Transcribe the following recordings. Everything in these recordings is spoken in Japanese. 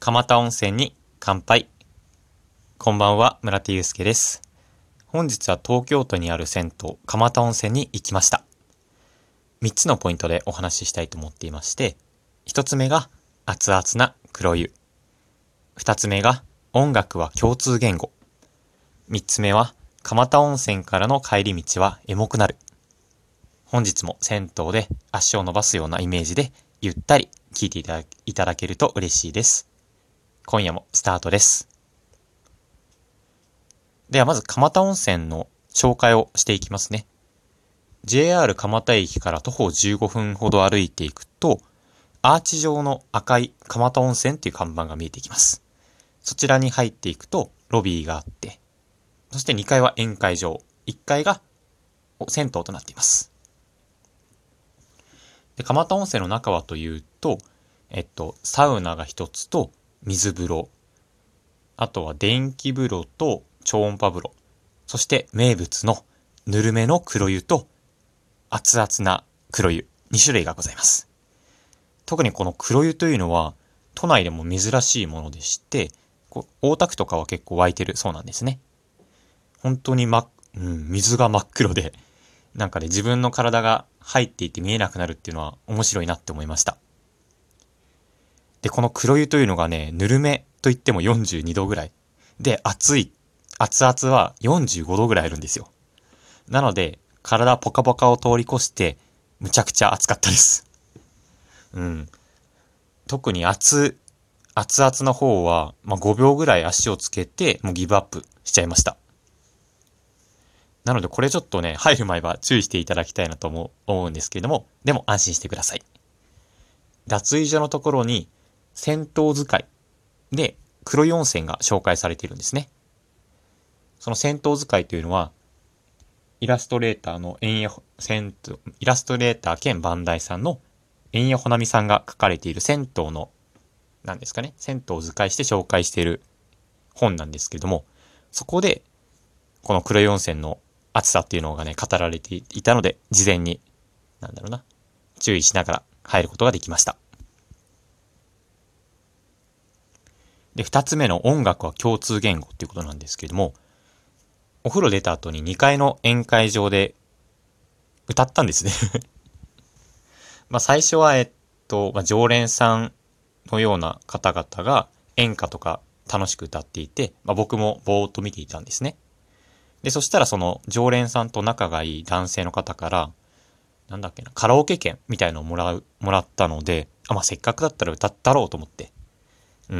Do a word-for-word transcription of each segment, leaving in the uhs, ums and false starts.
蒲田温泉に乾杯。こんばんは、村手祐介です。本日は東京都にある銭湯、蒲田温泉に行きました。みっつのポイントでお話ししたいと思っていまして、ひとつめが熱々な黒湯。ふたつめが音楽は共通言語。みっつめは蒲田温泉からの帰り道はエモくなる。本日も銭湯で足を伸ばすようなイメージでゆったり聞いていただいただけると嬉しいです。今夜もスタートです。ではまず蒲田温泉の紹介をしていきますね。ジェイアール 蒲田駅から徒歩じゅうごふんほど歩いていくと、アーチ状の赤い蒲田温泉っていう看板が見えてきます。そちらに入っていくとロビーがあって、そしてにかいは宴会場、いっかいが銭湯となっています。で、蒲田温泉の中はというと、えっと、サウナが一つと水風呂、あとは電気風呂と超音波風呂、そして名物のぬるめの黒湯と熱々な黒湯、にしゅるいがございます。特にこの黒湯というのは都内でも珍しいものでして、こう大田区とかは結構湧いてるそうなんですね。本当に、まうん、水が真っ黒で、なんかね自分の体が入っていて見えなくなるっていうのは面白いなって思いました。で、この黒湯というのがね、ぬるめといってもよんじゅうにどぐらい。で、熱い、熱々はよんじゅうごどぐらいあるんですよ。なので、体ポカポカを通り越して、むちゃくちゃ熱かったです。うん。特に熱、熱々の方は、まあ、ごびょうぐらい足をつけて、もうギブアップしちゃいました。なので、これちょっとね、入る前は注意していただきたいなと思う、思うんですけれども、でも安心してください。脱衣所のところに、銭湯使いで黒湯温泉が紹介されているんですね。その銭湯使いというのは、イラストレーターの円谷、銭湯、イラストレーター兼バンダイさんの円谷ほなみさんが書かれている銭湯の、なんですかね、銭湯を図解して紹介している本なんですけれども、そこで、この黒湯温泉の熱さっていうのがね、語られていたので、事前に、なんだろうな、注意しながら入ることができました。で、二つ目の音楽は共通言語っていうことなんですけれども、お風呂出た後ににかいの宴会場で歌ったんですねまあ最初は、えっと、まあ、常連さんのような方々が演歌とか楽しく歌っていて、まあ、僕もぼーっと見ていたんですね。で、そしたらその常連さんと仲がいい男性の方から、なんだっけな、カラオケ券みたいのをもらう、もらったので、あ、まあ、せっかくだったら歌ったろうと思って。うん。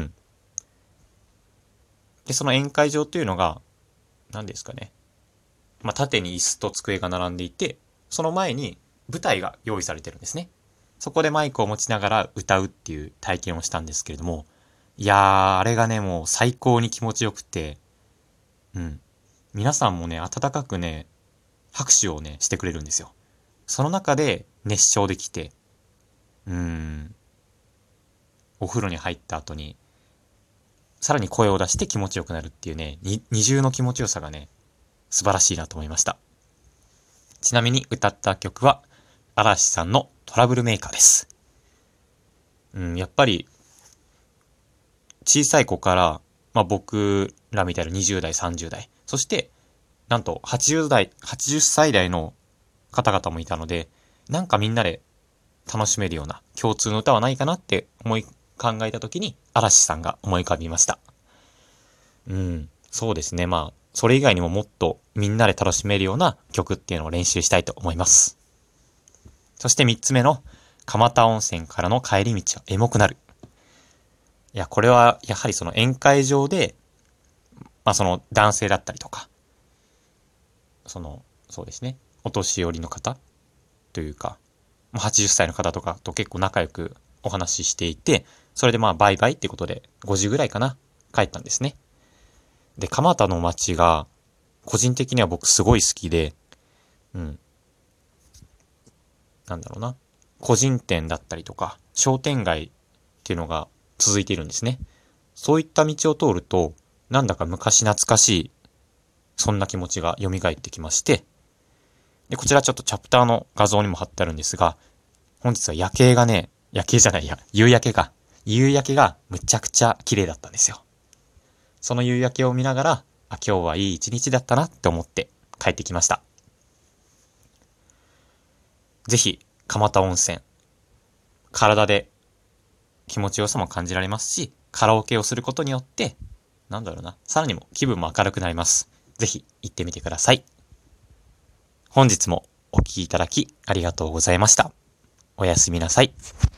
で、その宴会場というのが、何ですかね。まあ、縦に椅子と机が並んでいて、その前に舞台が用意されてるんですね。そこでマイクを持ちながら歌うっていう体験をしたんですけれども、いやー、あれがね、もう最高に気持ちよくて、うん。皆さんもね、温かくね、拍手をね、してくれるんですよ。その中で熱唱できて、うーん、お風呂に入った後に、さらに声を出して気持ちよくなるっていうね、に二重の気持ちよさがね、素晴らしいなと思いました。ちなみに歌った曲は、嵐さんのトラブルメーカーです。うん、やっぱり、小さい子から、まあ僕らみたいなにじゅうだい、さんじゅうだい、そして、なんとはちじゅうだい、はちじゅっさい代の方々もいたので、なんかみんなで楽しめるような共通の歌はないかなって思い考えたときに、嵐さんが思い浮かびました。うん、そうですね。まあ、それ以外にももっとみんなで楽しめるような曲っていうのを練習したいと思います。そして三つ目の、蒲田温泉からの帰り道はエモくなる。いや、これはやはりその宴会場で、まあその男性だったりとか、その、そうですね、お年寄りの方というか、はちじゅっさいの方とかと結構仲良くお話ししていて、それでまあバイバイってことでごじぐらいかな、帰ったんですね。で、蒲田の街が、個人的には僕すごい好きで、うん。なんだろうな。個人店だったりとか、商店街っていうのが続いているんですね。そういった道を通ると、なんだか昔懐かしい、そんな気持ちが蘇ってきまして、で、こちらちょっとチャプターの画像にも貼ってあるんですが、本日は夜景がね、夜景じゃないや、夕焼けが夕焼けがむちゃくちゃ綺麗だったんですよ。その夕焼けを見ながら、あ、今日はいい一日だったなって思って帰ってきました。ぜひ、蒲田温泉、体で気持ちよさも感じられますし、カラオケをすることによって、なんだろうな、さらにも気分も明るくなります。ぜひ行ってみてください。本日もお聞きいただきありがとうございました。おやすみなさい。